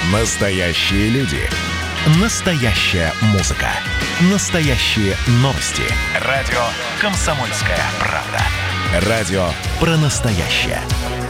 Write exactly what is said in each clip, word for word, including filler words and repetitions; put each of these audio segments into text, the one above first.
Настоящие люди. Настоящая музыка. Настоящие новости. Радио «Комсомольская правда». Радио про настоящее.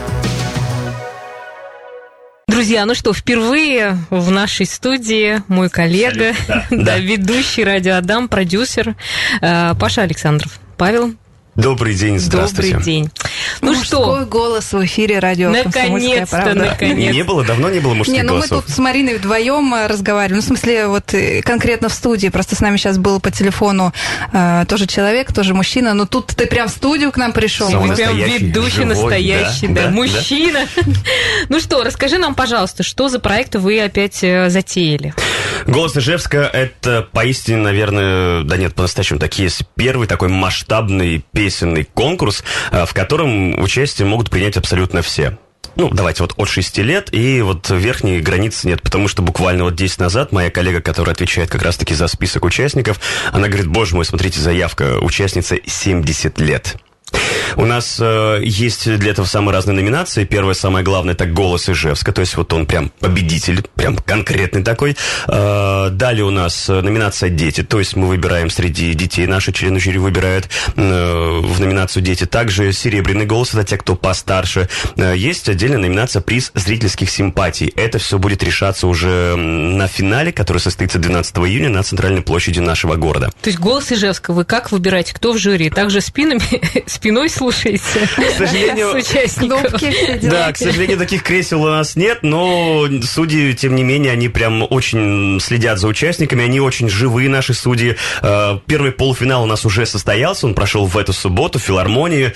Друзья, ну что, впервые в нашей студии мой коллега, да, да, да. ведущий радио Адам, продюсер Паша Александров. Павел. Добрый день, здравствуйте. Добрый день. Ну Мужской что, голос в эфире радио «Комсомольская правда». Наконец-то, Не было, давно не было мужских не, ну голосов. мы тут с Мариной вдвоем разговаривали. Ну, в смысле, вот конкретно в студии. Просто с нами сейчас был по телефону э, тоже человек, тоже мужчина. Но тут ты прям в студию к нам пришел. Вы прям ведущий, живой, настоящий, да, да, да, да, мужчина. Да. Ну что, расскажи нам, пожалуйста, что за проект вы опять затеяли? «Голос Ижевска» — это поистине, наверное, да нет, по-настоящему, такие есть первый такой масштабный песенный конкурс, в котором участие могут принять абсолютно все. Ну, давайте, вот от шести лет, и вот верхней границы нет, потому что буквально вот десять назад моя коллега, которая отвечает как раз-таки за список участников, она говорит: боже мой, смотрите, заявка, участница семьдесят лет. У нас э, есть для этого самые разные номинации. Первое, самое главное, это «Голос Ижевска». То есть вот он прям победитель, прям конкретный такой. Э, далее у нас номинация «Дети». То есть мы выбираем среди детей. Наши члены жюри выбирают э, в номинацию «Дети». Также «Серебряный голос» — это те, кто постарше. Э, есть отдельная номинация «Приз зрительских симпатий». Это все будет решаться уже на финале, который состоится двенадцатого июня на центральной площади нашего города. То есть «Голос Ижевска» вы как выбираете? Кто в жюри? Также спинами, спиной слушаете? К сожалению, да, к сожалению, таких кресел у нас нет, но судьи, тем не менее, они прям очень следят за участниками, они очень живые, наши судьи. Первый полуфинал у нас уже состоялся, он прошел в эту субботу в филармонии.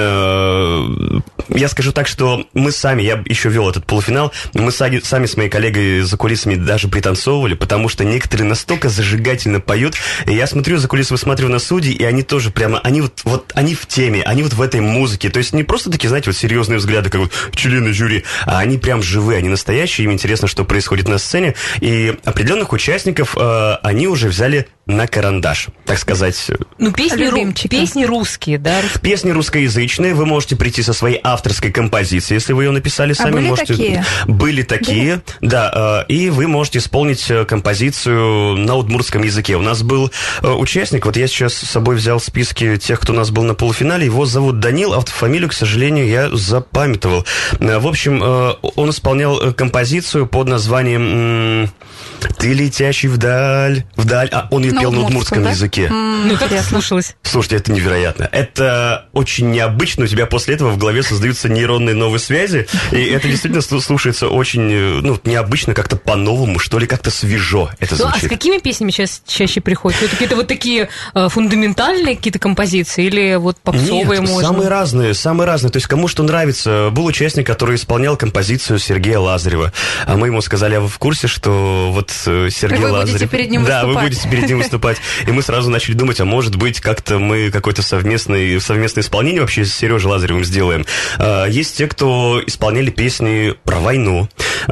Я скажу так, что мы сами, я еще вел этот полуфинал, мы сами, сами с моей коллегой за кулисами даже пританцовывали, потому что некоторые настолько зажигательно поют. И я смотрю за кулисы, высматриваю на судей, и они тоже прямо, они вот, вот они в теме, они вот в этой музыке. То есть не просто такие, знаете, вот серьезные взгляды, как вот члены жюри, а они прям живые, они настоящие, им интересно, что происходит на сцене. И определенных участников э, они уже взяли на карандаш, так сказать. Ну, песни, ру- песни русские, да? Песни русскоязычные. Вы можете прийти со своей авторской композицией, если вы ее написали сами. А были можете... такие? Были такие, да. да э, и вы можете исполнить композицию на удмуртском языке. У нас был э, участник, вот я сейчас с собой взял списки тех, кто у нас был на полуфинале, его зовут Данил, а вот фамилию, к сожалению, я запамятовал. Э, в общем, э, он исполнял композицию под названием «Ты летящий вдаль, вдаль», а он ее пел на удмуртском да? языке. Mm, ну, как слушалось? Слушайте, это невероятно. Это очень необычно. У тебя после этого в голове создаются нейронные новые связи, и это действительно слушается очень, ну, необычно, как-то по-новому, что ли, как-то свежо это звучит. Ну, а с какими песнями сейчас чаще приходят? Это какие-то вот такие э, фундаментальные какие-то композиции или вот попсовые, Нет, можно? самые разные, самые разные. То есть кому что нравится. Был участник, который исполнял композицию Сергея Лазарева. А мы ему сказали: а вы в курсе, что вот Сергей вы Лазарев... будете перед ним да, выступать. вы будете перед ним выступать. И мы сразу начали думать, а может быть, как-то мы какое-то совместное, совместное исполнение вообще с Сережей Лазаревым сделаем. Есть те, кто исполняли песни про войну.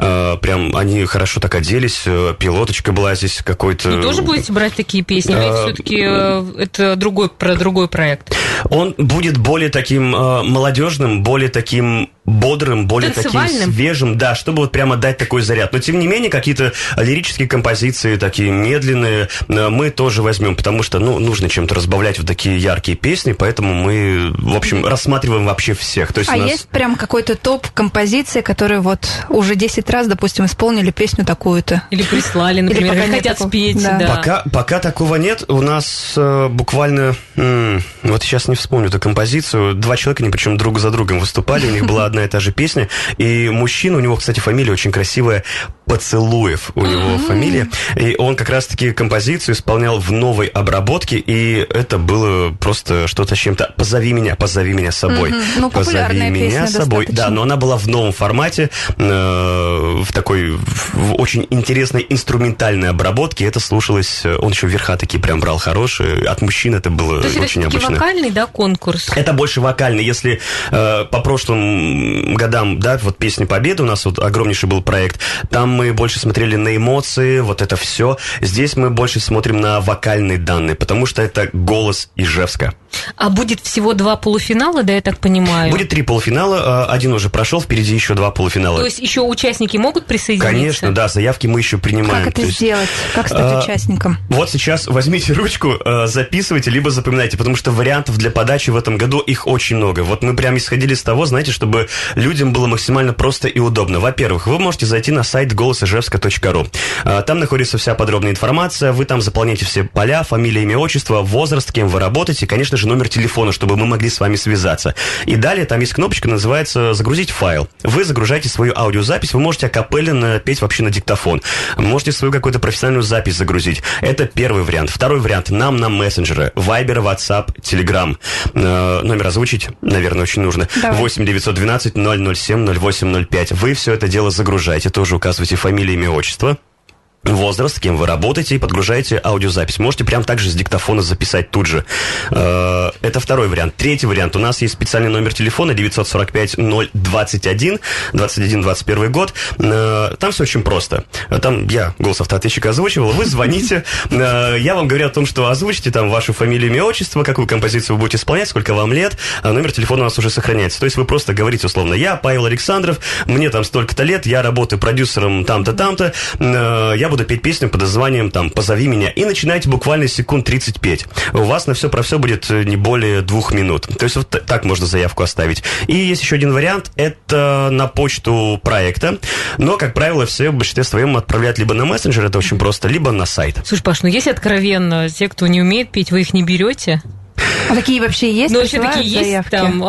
Прям они хорошо так оделись. Пилоточка была здесь какой-то... Вы тоже будете брать такие песни? Или все-таки это другой, про другой проект? Он будет более таким молодежным, более таким бодрым, более таким свежим, да, чтобы вот прямо дать такой заряд. Но, тем не менее, какие-то лирические композиции, такие медленные, мы тоже возьмем, потому что, ну, нужно чем-то разбавлять вот такие яркие песни, поэтому мы, в общем, рассматриваем вообще всех. То есть а у нас... есть прям какой-то топ композиции, которые вот уже десять раз, допустим, исполнили песню такую-то? Или прислали, например, или, или хотят такого... спеть, да. да. Пока, пока такого нет. У нас э, буквально, м- вот сейчас не вспомню эту композицию, два человека, они причем друг за другом выступали, у них была одна и та же песня, и мужчина, у него, кстати, фамилия очень красивая, Поцелуев у него mm-hmm. фамилия, и он как раз-таки композицию исполнял в новой обработке, и это было просто что-то с чем-то. «Позови меня, позови меня с собой». Mm-hmm. Ну, «Позови меня с собой». Достаточно. Да, но она была в новом формате, э, в такой в очень интересной инструментальной обработке. Это слушалось, он еще верха такие прям брал хорошие, от мужчин это было То есть очень это необычно. вокальный, да, конкурс? Это больше вокальный. Если э, по прошлым годам, да, вот «Песня Победы» у нас вот огромнейший был проект, там мы больше смотрели на эмоции, вот это все. Здесь мы больше смотрим на вокальные данные, потому что это голос Ижевска. А будет всего два полуфинала, да, я так понимаю? Будет три полуфинала, один уже прошел, впереди еще два полуфинала. То есть еще участники могут присоединиться? Конечно, да, заявки мы еще принимаем. Как это есть, сделать? Как стать а, участником? Вот сейчас возьмите ручку, записывайте, либо запоминайте, потому что вариантов для подачи в этом году их очень много. Вот мы прям исходили с того, знаете, чтобы людям было максимально просто и удобно. Во-первых, вы можете зайти на сайт голос ижевска точка ру. Там находится вся подробная информация, вы там заполняете все поля, фамилия, имя, отчество, возраст, кем вы работаете, конечно же, номер телефона, чтобы мы могли с вами связаться. И далее там есть кнопочка, называется «Загрузить файл». Вы загружаете свою аудиозапись, вы можете акапелле петь вообще на диктофон. Можете свою какую-то профессиональную запись загрузить. Это первый вариант. Второй вариант. Нам на мессенджеры. Viber, WhatsApp, Telegram. Э, номер озвучить, наверное, очень нужно. восемь девятьсот двенадцать ноль ноль семь ноль восемь ноль пять. Вы все это дело загружаете. Тоже указываете фамилию, имя, отчество, возраст, с кем вы работаете, и подгружаете аудиозапись. Можете прям так же с диктофона записать тут же. Это второй вариант. Третий вариант. У нас есть специальный номер телефона девятьсот сорок пять ноль двадцать один двадцать один двадцать первый год. Там все очень просто. Там я голос автоответчика озвучивал, вы звоните. Я вам говорю о том, что озвучите там вашу фамилию, имя, отчество, какую композицию вы будете исполнять, сколько вам лет. А номер телефона у нас уже сохраняется. То есть вы просто говорите условно: я Павел Александров, мне там столько-то лет, я работаю продюсером там-то, там-то, я буду петь песню под названием там «Позови меня», и начинаете буквально секунд тридцать петь. У вас на все про все будет не более двух минут. То есть вот так можно заявку оставить. И есть еще один вариант, это на почту проекта, но, как правило, все в большинстве своем отправляют либо на мессенджер, это очень просто, либо на сайт. Слушай, Паш, ну если откровенно, те, кто не умеет петь, вы их не берете? А такие вообще есть? Ну, вообще такие есть заявки? Там...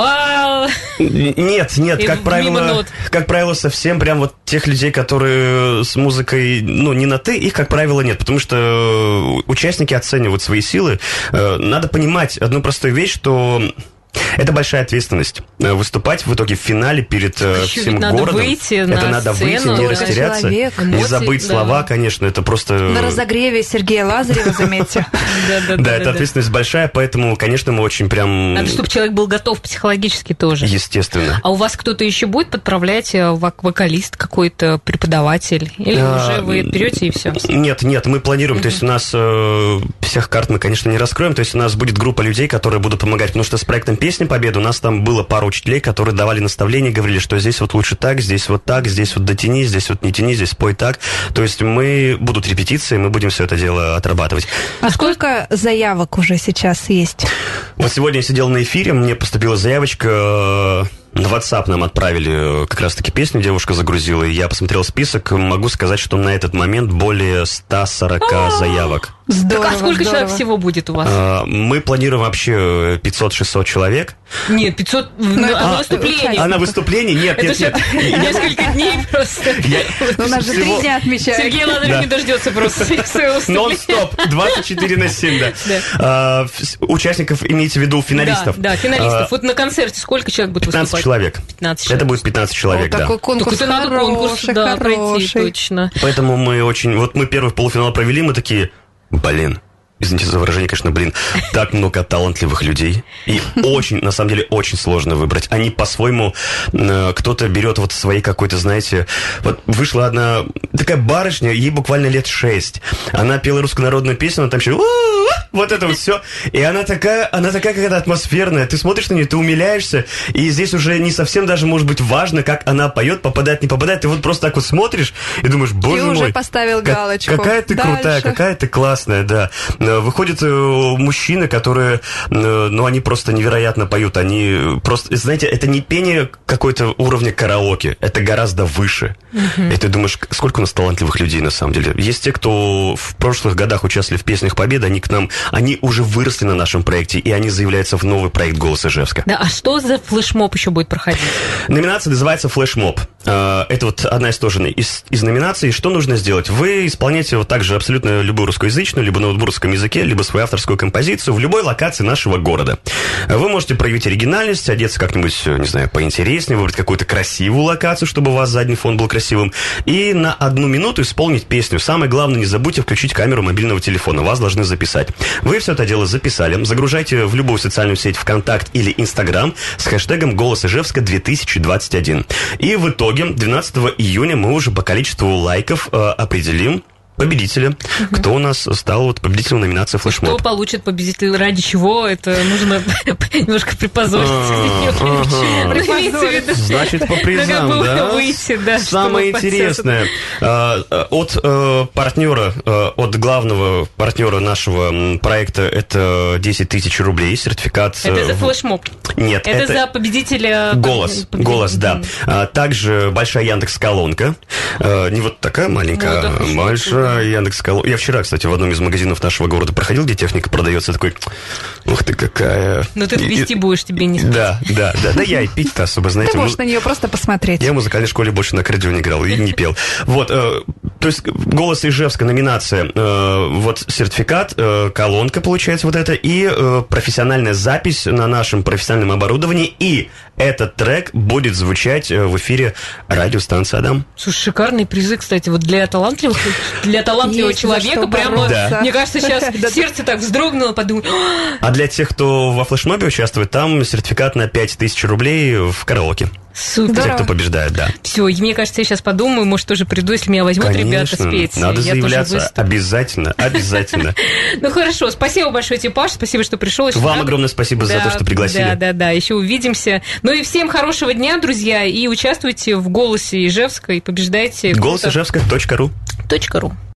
Нет, нет, как правило, как правило, совсем прям вот тех людей, которые с музыкой, ну, не на «ты», их, как правило, нет, потому что участники оценивают свои силы. Надо понимать одну простую вещь, что... Это большая ответственность. Выступать в итоге в финале перед Еще всем надо городом. Выйти это на надо сцену, выйти, не растеряться, человек, не эмоции, забыть да. слова, конечно, это просто... На разогреве Сергея Лазарева, заметьте. Да, это ответственность большая, поэтому, конечно, мы очень прям... Надо, чтобы человек был готов психологически тоже. Естественно. А у вас кто-то еще будет подправлять, вокалист какой-то, преподаватель? Или уже вы берете и все? Нет, нет, мы планируем, то есть у нас всех карт мы, конечно, не раскроем, то есть у нас будет группа людей, которые будут помогать, потому что с проектом «Песня Победы» у нас там было пару учителей, которые давали наставления, говорили, что здесь вот лучше так, здесь вот так, здесь вот дотяни, здесь вот не тяни, здесь спой так. То есть мы, будут репетиции, мы будем все это дело отрабатывать. А сколько заявок уже сейчас есть? Вот сегодня я сидел на эфире, мне поступила заявочка... На WhatsApp нам отправили как раз-таки песню, девушка загрузила, и я посмотрел список, могу сказать, что на этот момент более сто сорок заявок. Здорово, так, а сколько здорово. Человек всего будет у вас? А, мы планируем вообще пятьсот-шестьсот человек. Нет, пятьсот... Ну, а, а на выступлении? А на выступлении? Нет, это нет, нет. Несколько дней просто. У нас же три дня отмечают. Сергей Лазарев не дождется просто своего выступления. Нон-стоп, двадцать четыре на семь, да. Участников, имеете в виду финалистов? Да, финалистов. Вот на концерте сколько человек будет выступать? пятнадцать человек. пятнадцать человек. Это будет пятнадцать человек, да. Такой конкурс надо конкурс, да, пройти, точно. Поэтому мы очень... Вот мы первый полуфинал провели, мы такие, блин, извините за выражение, конечно, блин, так много талантливых людей. И очень, на самом деле, очень сложно выбрать. Они по-своему, э, кто-то берет вот свои какой-то, знаете... Вот вышла одна такая барышня, ей буквально лет шесть. Она пела русскую народную песню, она там еще... Вот это вот все. И она такая, она такая какая-то атмосферная. Ты смотришь на нее, ты умиляешься. И здесь уже не совсем даже, может быть, важно, как она поет, попадает, не попадает. Ты вот просто так вот смотришь и думаешь, боже мой. Ты уже поставил галочку. Какая ты Дальше. крутая, какая ты классная, да. Выходят мужчины, которые, ну, они просто невероятно поют. Они просто, знаете, это не пение какой-то уровня караоке. Это гораздо выше. Uh-huh. И ты думаешь, сколько у нас талантливых людей на самом деле. Есть те, кто в прошлых годах участвовали в «Песнях Победы», они к нам, они уже выросли на нашем проекте, и они заявляются в новый проект «Голос Ижевска». Да, а что за флешмоб еще будет проходить? Номинация называется «Флешмоб». Это вот одна из тоже из, из номинаций. Что нужно сделать? Вы исполняете вот также абсолютно любую русскоязычную, либо на удмуртском языке, либо свою авторскую композицию в любой локации нашего города. Вы можете проявить оригинальность, одеться как-нибудь, не знаю, поинтереснее, выбрать какую-то красивую локацию, чтобы у вас задний фон был красивым, и на одну минуту исполнить песню. Самое главное, не забудьте включить камеру мобильного телефона. Вас должны записать. Вы все это дело записали, загружайте в любую социальную сеть ВКонтакт или Инстаграм с хэштегом «Голос Ижевска две тысячи двадцать один». И в итоге двенадцатого июня мы уже по количеству лайков э, определим победителя. Угу. Кто у нас стал вот победителем номинации «Флешмоб». Кто получит победителя, ради чего, это нужно немножко припозориться. Значит, по призам, да? Самое интересное. От партнера, от главного партнера нашего проекта это десять тысяч рублей, сертификат. Это за флешмоб? Нет. Это, это за победителя... Голос, победителя. Голос, да. А, также большая Яндекс.Колонка. А, не вот такая маленькая, вот, а большая Яндекс.Колонка. Я вчера, кстати, в одном из магазинов нашего города проходил, где техника продается, такой, ух ты, какая... Ну ты вести будешь, тебе не спать. Да, да, да. Да я и пить-то особо, знаете. Ты можешь на нее просто посмотреть. Я в музыкальной школе больше на аккордеоне играл и не пел. Вот, то есть «Голос Ижевска», номинация, вот сертификат, колонка, получается, вот это, и профессиональная запись на нашем профессиональном оборудовании, и этот трек будет звучать в эфире радиостанции «Адам». Слушай, шикарные призы, кстати, вот для талантливых, для талантливого Есть человека прямо, да. Мне кажется, сейчас сердце так вздрогнуло, подумал. А для тех, кто во флешмобе участвует, там сертификат на пять тысяч рублей в караоке. Супер. Те, кто побеждает, да. Все, мне кажется, я сейчас подумаю, может, тоже приду, если меня возьмут Конечно, ребята спеть. Надо заявляться. Обязательно, обязательно. Ну хорошо, спасибо большое тебе, Паш, спасибо, что пришел. Вам огромное спасибо за то, что пригласили. Да, да, да, еще увидимся. Ну и всем хорошего дня, друзья, и участвуйте в «Голосе Ижевска» и побеждайте. голос ижевска точка ру Точка ру.